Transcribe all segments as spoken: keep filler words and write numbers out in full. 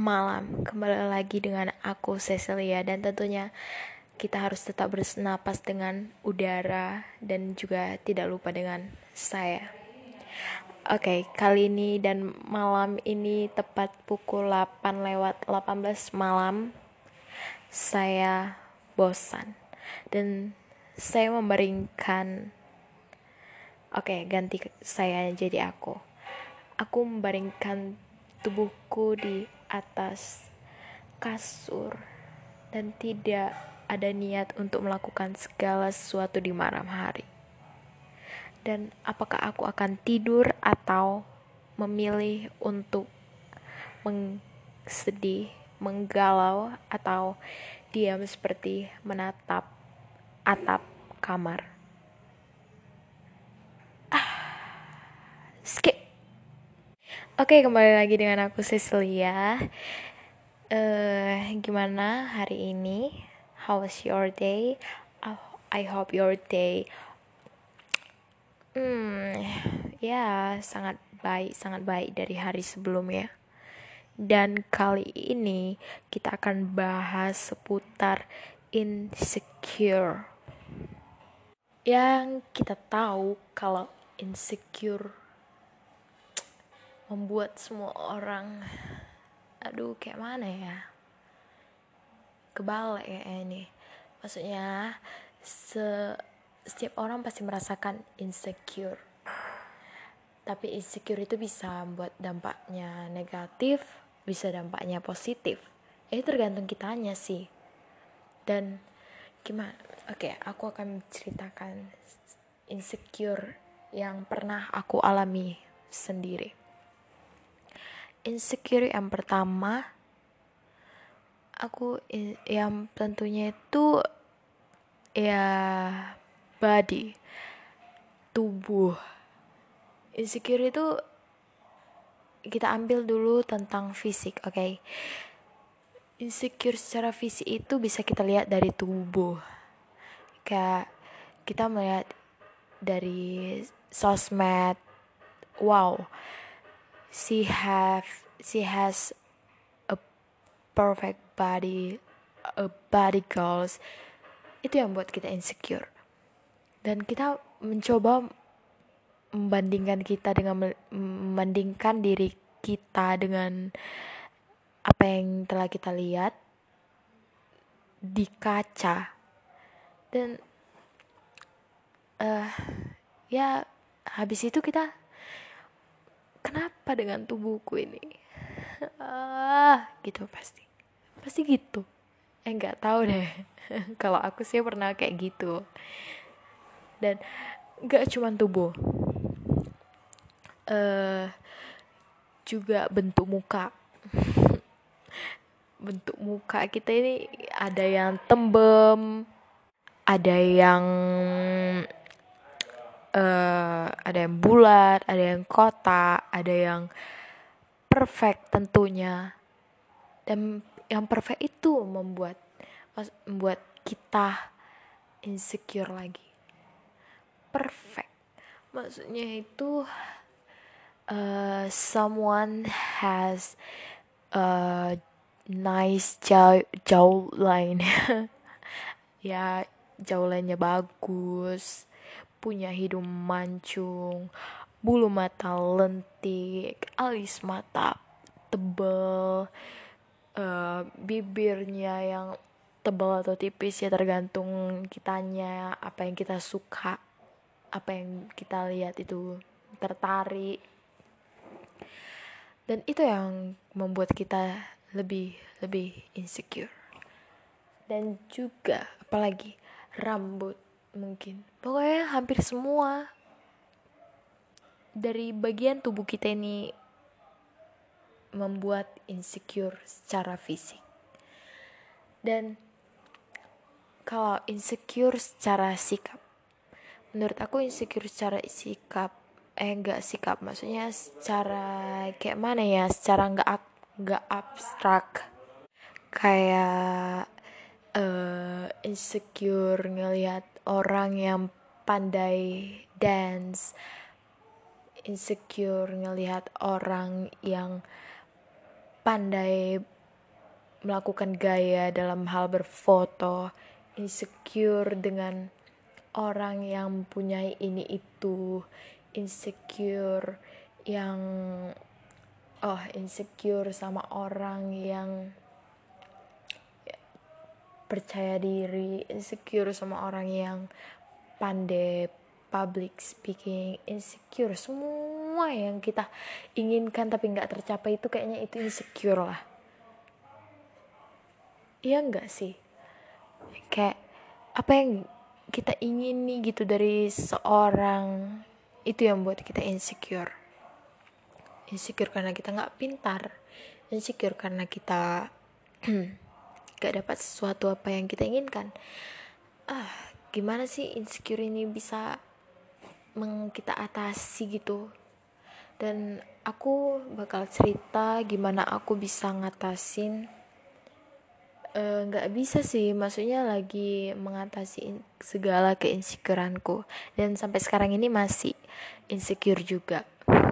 malam, kembali lagi dengan aku Cecilia, dan tentunya kita harus tetap bernapas dengan udara dan juga tidak lupa dengan saya. Oke, okay, kali ini dan malam ini tepat pukul delapan lewat delapan belas malam, saya bosan dan saya membaringkan. Oke, okay, ganti saya jadi aku. Aku membaringkan tubuhku di atas kasur dan tidak ada niat untuk melakukan segala sesuatu di malam hari. Dan apakah aku akan tidur atau memilih untuk mengsedih, menggalau, atau diam seperti menatap atap kamar. Ah, skip. Oke, kembali lagi dengan aku Cecilia. Uh, gimana hari ini? How was your day? Oh, I hope your day Hmm, ya sangat baik, sangat baik dari hari sebelumnya. Dan kali ini kita akan bahas seputar insecure. Yang kita tahu kalau insecure membuat semua orang, aduh kayak mana ya, kebalik ya ini. Maksudnya se setiap orang pasti merasakan insecure. Tapi insecure itu bisa buat dampaknya negatif, bisa dampaknya positif. Itu tergantung kitanya sih. Dan gimana? Oke, aku akan menceritakan insecure yang pernah aku alami sendiri. Insecure yang pertama, aku yang tentunya itu ya body, tubuh. Insecure itu kita ambil dulu tentang fisik, oke? Okay? Insecure secara fisik itu bisa kita lihat dari tubuh. Kayak kita melihat dari sosmed, wow, she have she has a perfect body, a body goals. Itu yang buat kita insecure. Dan kita mencoba membandingkan kita dengan membandingkan diri kita dengan apa yang telah kita lihat di kaca. Dan uh, ya habis itu kita, kenapa dengan tubuhku ini ah gitu, pasti pasti gitu. Eh nggak tahu deh. Kalau aku sih pernah kayak gitu. Dan nggak cuma tubuh, uh, juga bentuk muka. Bentuk muka kita ini ada yang tembem, ada yang uh, ada yang bulat, ada yang kotak, ada yang perfect tentunya. Dan yang perfect itu membuat membuat kita insecure lagi. Perfect maksudnya itu uh, someone has a nice jaw jawline. Ya, jawline-nya bagus, punya hidung mancung, bulu mata lentik, alis mata tebal, uh, bibirnya yang tebal atau tipis, ya tergantung kitanya, apa yang kita suka, apa yang kita lihat itu tertarik. Dan itu yang membuat kita lebih lebih insecure. Dan juga apalagi rambut, mungkin pokoknya hampir semua dari bagian tubuh kita ini membuat insecure secara fisik. Dan kalau insecure secara sikap, menurut aku insecure secara sikap eh enggak sikap maksudnya secara kayak mana ya, secara enggak enggak abstrak, kayak uh, insecure ngelihat orang yang pandai dance, insecure ngelihat orang yang pandai melakukan gaya dalam hal berfoto, insecure dengan orang yang mempunyai ini itu, insecure yang oh insecure sama orang yang percaya diri, insecure sama orang yang pandai public speaking, insecure semua yang kita inginkan tapi nggak tercapai itu kayaknya itu insecure lah. Iya nggak sih? Kayak apa yang kita ingin nih gitu dari seorang, itu yang buat kita insecure. Insecure karena kita nggak pintar, insecure karena kita gak dapat sesuatu apa yang kita inginkan. Ah, gimana sih insecure ini bisa meng kita atasi gitu? Dan aku bakal cerita gimana aku bisa ngatasin. Nggak e, bisa sih, maksudnya lagi mengatasi segala keinsecureanku, dan sampai sekarang ini masih insecure juga.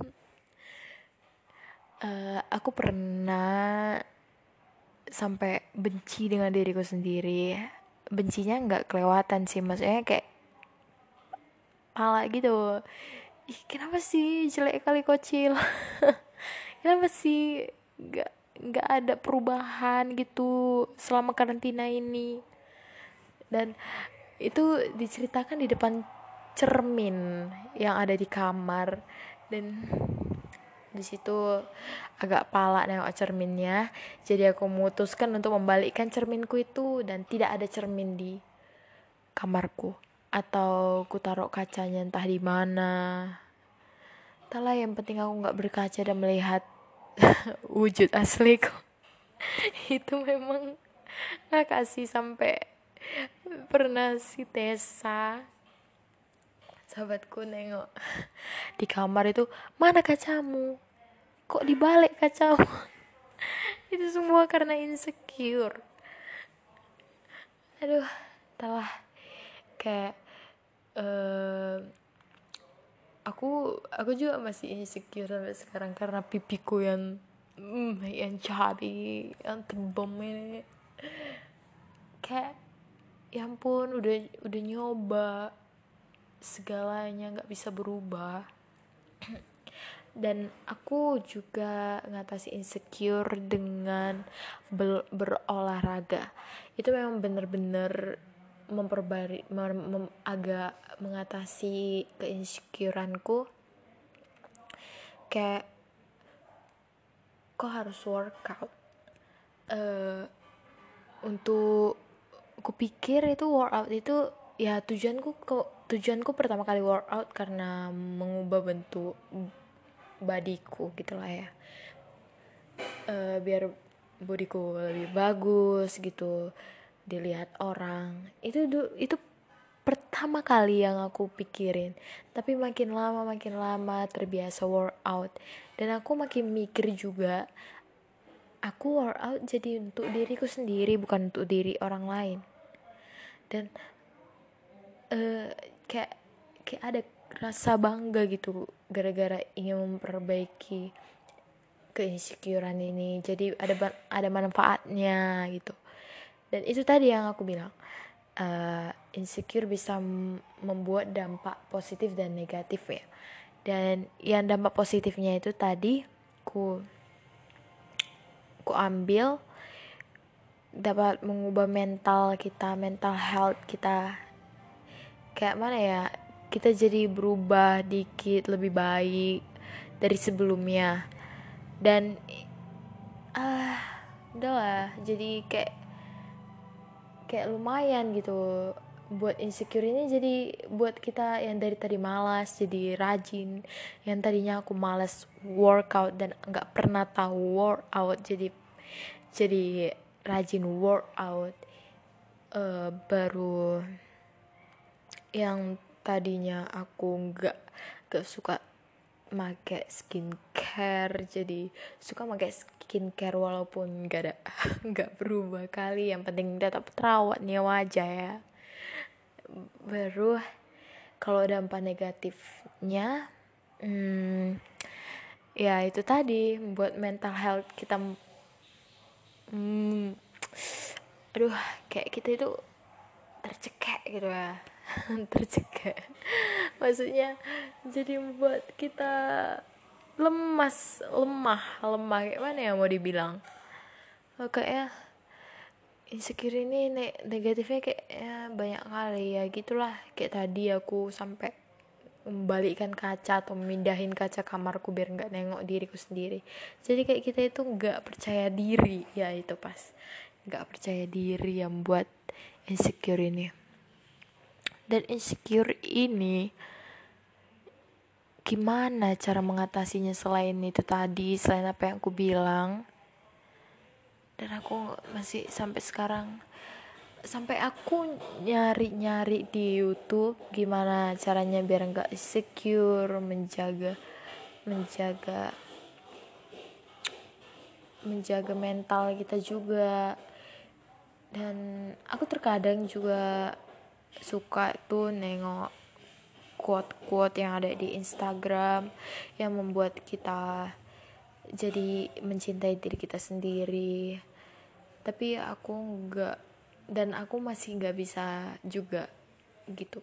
e, aku pernah sampai benci dengan diriku sendiri. Bencinya nggak kelewatan sih, maksudnya kayak pala gitu. Ih, kenapa sih jelek kali kocil. Kenapa sih nggak nggak ada perubahan gitu selama karantina ini. Dan itu diceritakan di depan cermin yang ada di kamar, dan di situ agak pala nengok cerminnya. Jadi aku memutuskan untuk membalikkan cerminku itu, dan tidak ada cermin di kamarku, atau ku taruh kacanya entah di mana. Entahlah, yang penting aku nggak berkaca dan melihat wujud asliku. Itu memang nggak kasih. Sampai pernah si Tessa, sahabatku, nengok di kamar itu, mana kacamu, kok dibalik kacamu. Itu semua karena insecure. Aduh, entahlah, kayak uh, aku aku juga masih insecure sampai sekarang karena pipiku yang mm, yang cabi, yang tebem ini. Kayak ya ampun, udah udah nyoba segalanya nggak bisa berubah. Dan aku juga ngatasi insecure dengan ber- berolahraga. Itu memang bener-bener memperbarui mem, mem, agak mengatasi keinsecureanku. Kayak kok harus workout. Uh, untuk kupikir itu workout itu ya tujuanku kok tujuanku pertama kali workout karena mengubah bentuk badiku gitulah ya, e, biar bodiku lebih bagus gitu dilihat orang. Itu itu pertama kali yang aku pikirin. Tapi makin lama makin lama terbiasa workout, dan aku makin mikir juga, aku workout jadi untuk diriku sendiri, bukan untuk diri orang lain. Dan uh, kayak kayak ada rasa bangga gitu gara-gara ingin memperbaiki keinsecurean ini. Jadi ada ada manfaatnya gitu. Dan itu tadi yang aku bilang, uh, insecure bisa m- membuat dampak positif dan negatif ya. Dan yang dampak positifnya itu tadi ku ku ambil, dapat mengubah mental kita, mental health kita. Kayak mana ya, kita jadi berubah dikit lebih baik dari sebelumnya. Dan ah uh, udahlah, jadi kayak kayak lumayan gitu buat insecure ini. Jadi buat kita yang dari tadi malas jadi rajin, yang tadinya aku malas workout dan nggak pernah tahu workout jadi jadi rajin workout. Uh, baru yang tadinya aku nggak nggak suka make skincare jadi suka make skincare, walaupun nggak ada nggak berubah kali, yang penting tetap terawat nih wajah ya. Baru kalau dampak negatifnya, hmm, ya itu tadi, buat mental health kita hmm, aduh kayak kita itu tercekek gitu ya. Tercekek maksudnya jadi membuat kita lemas lemah lemah kayak mana ya mau dibilang. Oh, kayaknya insecure ini ne- negatifnya kayak ya, banyak kali ya gitulah. Kayak tadi aku sampai membalikkan kaca atau memindahin kaca kamarku biar nggak nengok diriku sendiri. Jadi kayak kita itu nggak percaya diri ya, itu pas nggak percaya diri yang buat insecure ini. Dan insecure ini gimana cara mengatasinya selain itu tadi, selain apa yang aku bilang. Dan aku masih sampai sekarang, sampai aku nyari-nyari di YouTube gimana caranya biar nggak insecure, menjaga menjaga menjaga mental kita juga. Dan aku terkadang juga suka tuh nengok quote-quote yang ada di Instagram yang membuat kita jadi mencintai diri kita sendiri. Tapi aku nggak, dan aku masih nggak bisa juga gitu.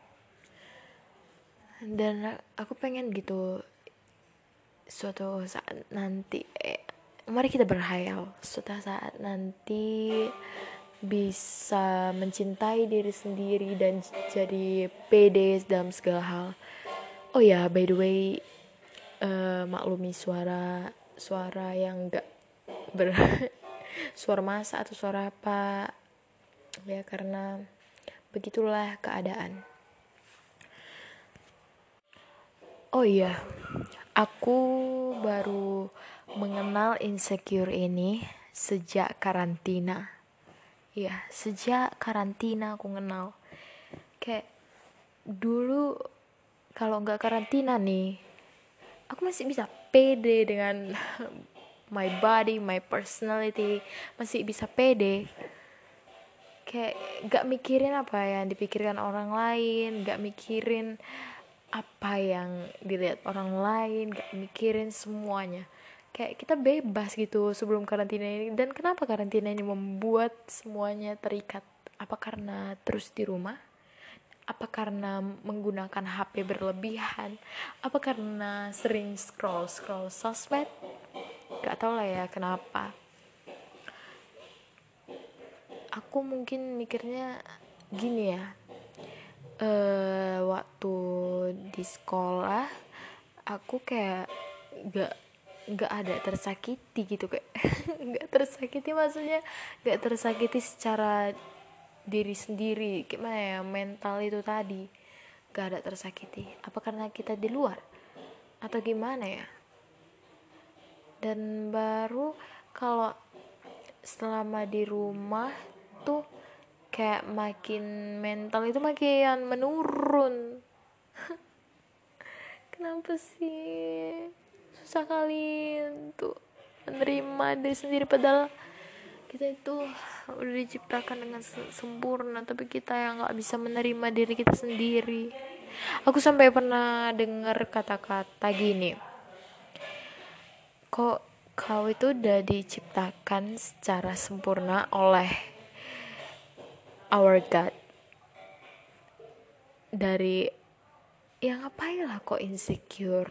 Dan aku pengen gitu suatu saat nanti, eh, mari kita berhayal suatu saat nanti bisa mencintai diri sendiri dan jadi pede dalam segala hal. Oh ya, by the way, uh, maklumi suara suara yang enggak ber suara masa atau suara apa ya, karena begitulah keadaan. Oh iya, aku baru mengenal insecure ini sejak karantina. Ya, sejak karantina aku kenal. Kayak dulu kalau nggak karantina nih, aku masih bisa pede dengan my body, my personality, masih bisa pede. Kayak nggak mikirin apa yang dipikirkan orang lain, nggak mikirin apa yang dilihat orang lain, nggak mikirin semuanya. Kayak kita bebas gitu sebelum karantina ini. Dan kenapa karantina ini membuat semuanya terikat? Apa karena terus di rumah? Apa karena menggunakan H P berlebihan? Apa karena sering scroll-scroll sosmed? Gak tau lah ya kenapa. Aku mungkin mikirnya gini ya, uh, waktu di sekolah aku kayak gak nggak ada tersakiti gitu, kayak nggak tersakiti, maksudnya nggak tersakiti secara diri sendiri, gimana ya, mental itu tadi nggak ada tersakiti. Apa karena kita di luar atau gimana ya? Dan baru kalau selama di rumah tuh kayak makin mental itu makin menurun. Kenapa sih susah kali untuk menerima diri sendiri, padahal kita itu udah diciptakan dengan sempurna, tapi kita yang nggak bisa menerima diri kita sendiri. Aku sampai pernah dengar kata-kata gini, kok kau itu udah diciptakan secara sempurna oleh our God, dari ya ngapain lah kok insecure.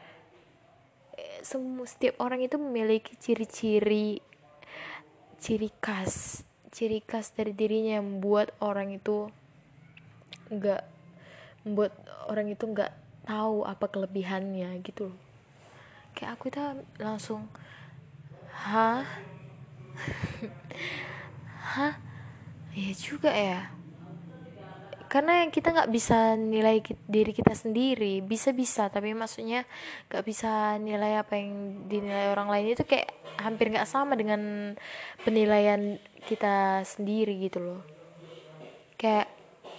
Semua setiap orang itu memiliki ciri-ciri ciri khas ciri khas dari dirinya yang membuat orang itu nggak membuat orang itu nggak tahu apa kelebihannya gitu loh. Kayak aku itu langsung hah hah ya juga ya, karena kita nggak bisa nilai diri kita sendiri. Bisa-bisa tapi maksudnya nggak bisa nilai apa yang dinilai orang lain, itu kayak hampir nggak sama dengan penilaian kita sendiri gitu loh. Kayak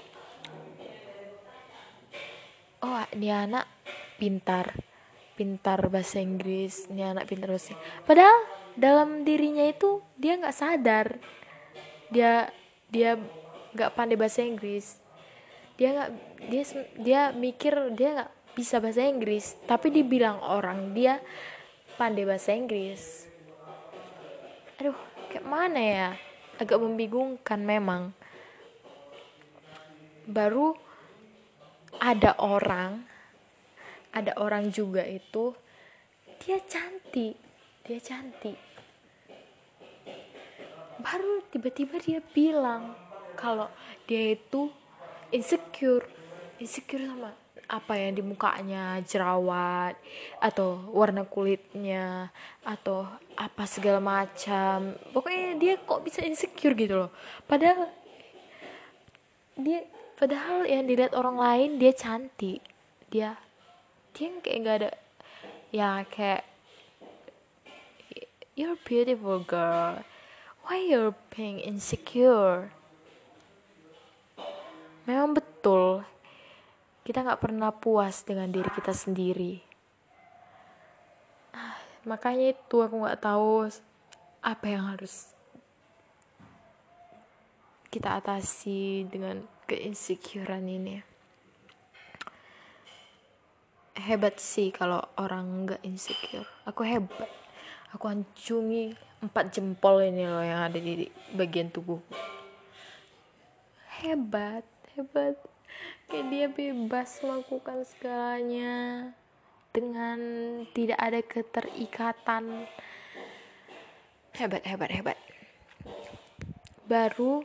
oh ini anak pintar pintar bahasa Inggris, ini anak pintar bahasa Inggris. Padahal dalam dirinya itu dia nggak sadar dia dia nggak pandai bahasa Inggris. Dia nggak dia dia mikir dia nggak bisa bahasa Inggris, tapi dibilang orang dia pandai bahasa Inggris. Aduh, kayak mana ya, agak membingungkan memang. Baru ada orang ada orang juga itu, dia cantik dia cantik baru tiba-tiba dia bilang kalau dia itu insecure insecure sama apa yang di mukanya, jerawat atau warna kulitnya atau apa segala macam. Pokoknya dia kok bisa insecure gitu loh. Padahal dia padahal yang dilihat orang lain dia cantik. Dia dia kayak nggak ada ya, kayak you're beautiful girl, why you're being insecure. Memang betul, kita nggak pernah puas dengan diri kita sendiri. Ah, makanya itu aku nggak tahu apa yang harus kita atasi dengan keinsecurean ini. Hebat sih kalau orang nggak insecure. Aku hebat. Aku hancungi empat jempol ini loh yang ada di bagian tubuh. Hebat, hebat. Kayak dia bebas melakukan segalanya dengan tidak ada keterikatan. Hebat, hebat, hebat. Baru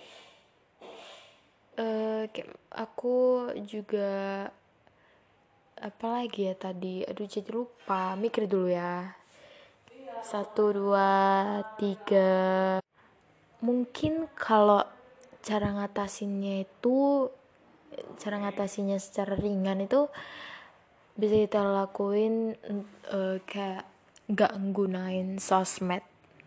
uh, kayak aku juga apa lagi ya tadi, aduh jadi lupa, mikir dulu ya. Satu, dua, tiga. Mungkin kalau cara ngatasinnya itu cara ngatasinnya secara ringan itu bisa kita lakuin uh, kayak nggak nggunain sosmed,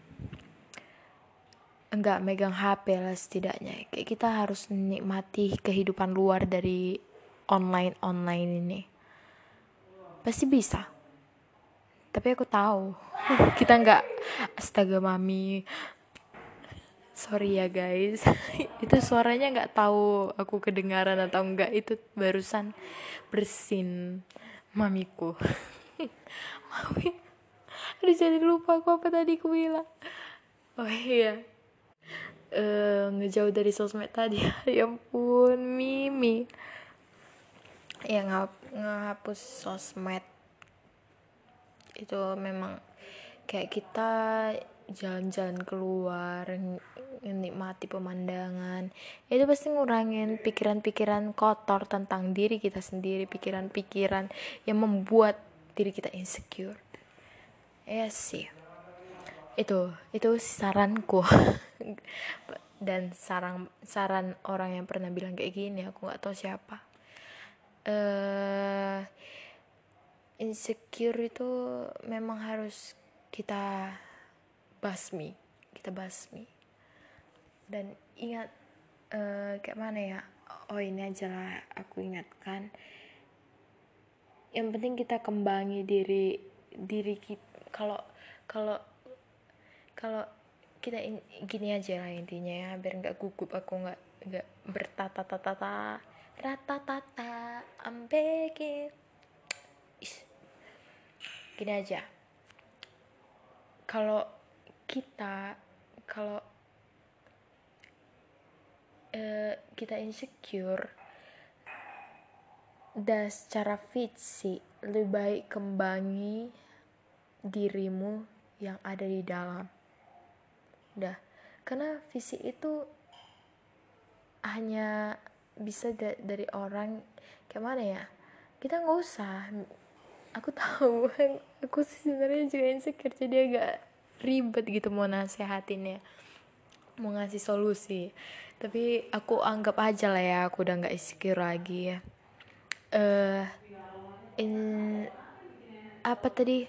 nggak megang H P lah setidaknya. Kayak kita harus menikmati kehidupan luar dari online online ini. Pasti bisa. Tapi aku tahu kita nggak, astaga mami, sorry ya guys. Itu suaranya nggak tahu aku kedengaran atau enggak, itu barusan bersin mamiku. Mami, aduh jadi lupa aku apa tadi aku bilang. Oh iya, uh, ngejauh dari sosmed tadi. Ya ampun Mimi, ya ngap- ngehapus sosmed itu memang kayak kita jalan-jalan keluar, menikmati pemandangan, itu pasti ngurangin pikiran-pikiran kotor tentang diri kita sendiri, pikiran-pikiran yang membuat diri kita insecure. Ya sih, itu itu saranku. Dan saran saran orang yang pernah bilang kayak gini, aku nggak tahu siapa. Uh, insecure itu memang harus kita basmi, kita basmi. Dan ingat, uh, kayak mana ya? Oh ini aja lah aku ingatkan. Yang penting kita kembangi diri diri kita. Kalau kalau kalau kita in, gini aja lah intinya ya, biar nggak gugup aku, nggak nggak bertata-tata rata-tata I'm begging. Gini aja, kalau kita kalau uh, kita insecure dan secara fisik, lebih baik kembangi dirimu yang ada di dalam. Udah, karena fisik itu hanya bisa da- dari orang kayak mana ya, kita nggak usah, aku tahu aku sebenarnya juga insecure, jadi agak ribet gitu mau nasehatinnya, mau ngasih solusi. Tapi aku anggap aja lah ya, aku udah nggak insecure lagi ya. Uh, in apa tadi,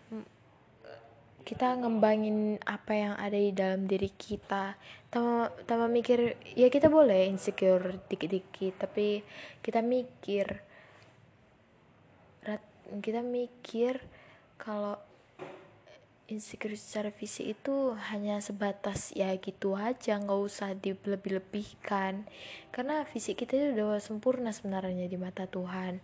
kita ngembangin apa yang ada di dalam diri kita, tanpa, tanpa mikir, ya kita boleh insecure dikit-dikit, tapi kita mikir kita mikir kalau insecure secara fisik itu hanya sebatas ya gitu aja, nggak usah dilebih-lebihkan, karena fisik kita itu udah sempurna sebenarnya di mata Tuhan.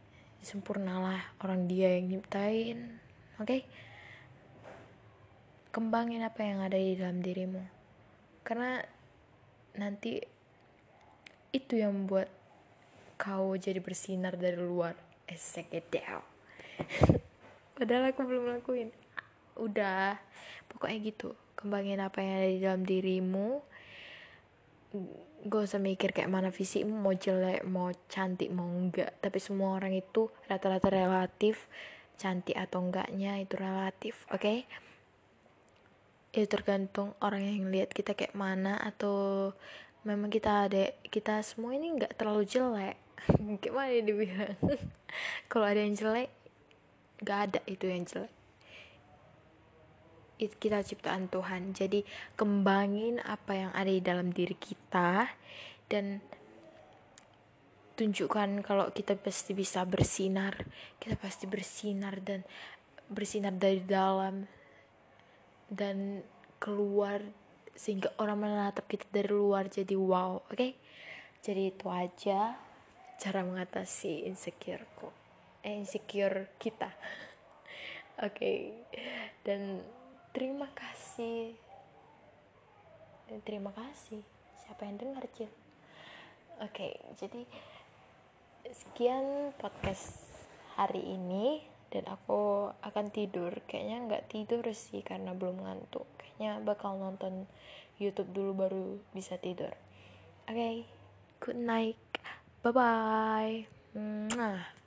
Sempurnalah orang Dia yang nyiptain, oke okay? kembangin apa yang ada di dalam dirimu, karena nanti itu yang membuat kau jadi bersinar dari luar. Esekedel. Padahal aku belum lakuin. Udah, pokoknya gitu. Kembangin apa yang ada di dalam dirimu. Gak usah mikir kayak mana fisikmu, mau jelek, mau cantik, mau enggak. Tapi semua orang itu rata-rata relatif. Cantik atau enggaknya itu relatif, oke? Okay? Itu tergantung orang yang lihat kita kayak mana, atau memang kita ada, kita semua ini nggak terlalu jelek. Gimana ya dibilang? Kalau ada yang jelek, nggak ada itu yang jelek. Itu kita ciptaan Tuhan. Jadi kembangin apa yang ada di dalam diri kita dan tunjukkan kalau kita pasti bisa bersinar. Kita pasti bersinar dan bersinar dari dalam dan keluar, sehingga orang menatap kita dari luar jadi wow. Oke, okay? Jadi itu aja cara mengatasi insecureku eh insecure kita. Oke, okay. Dan terima kasih dan terima kasih siapa yang dengar, Cil. Oke, okay, jadi sekian podcast hari ini, dan aku akan tidur. Kayaknya nggak tidur sih karena belum ngantuk. Kayaknya bakal nonton YouTube dulu baru bisa tidur. Oke, okay, good night, bye bye.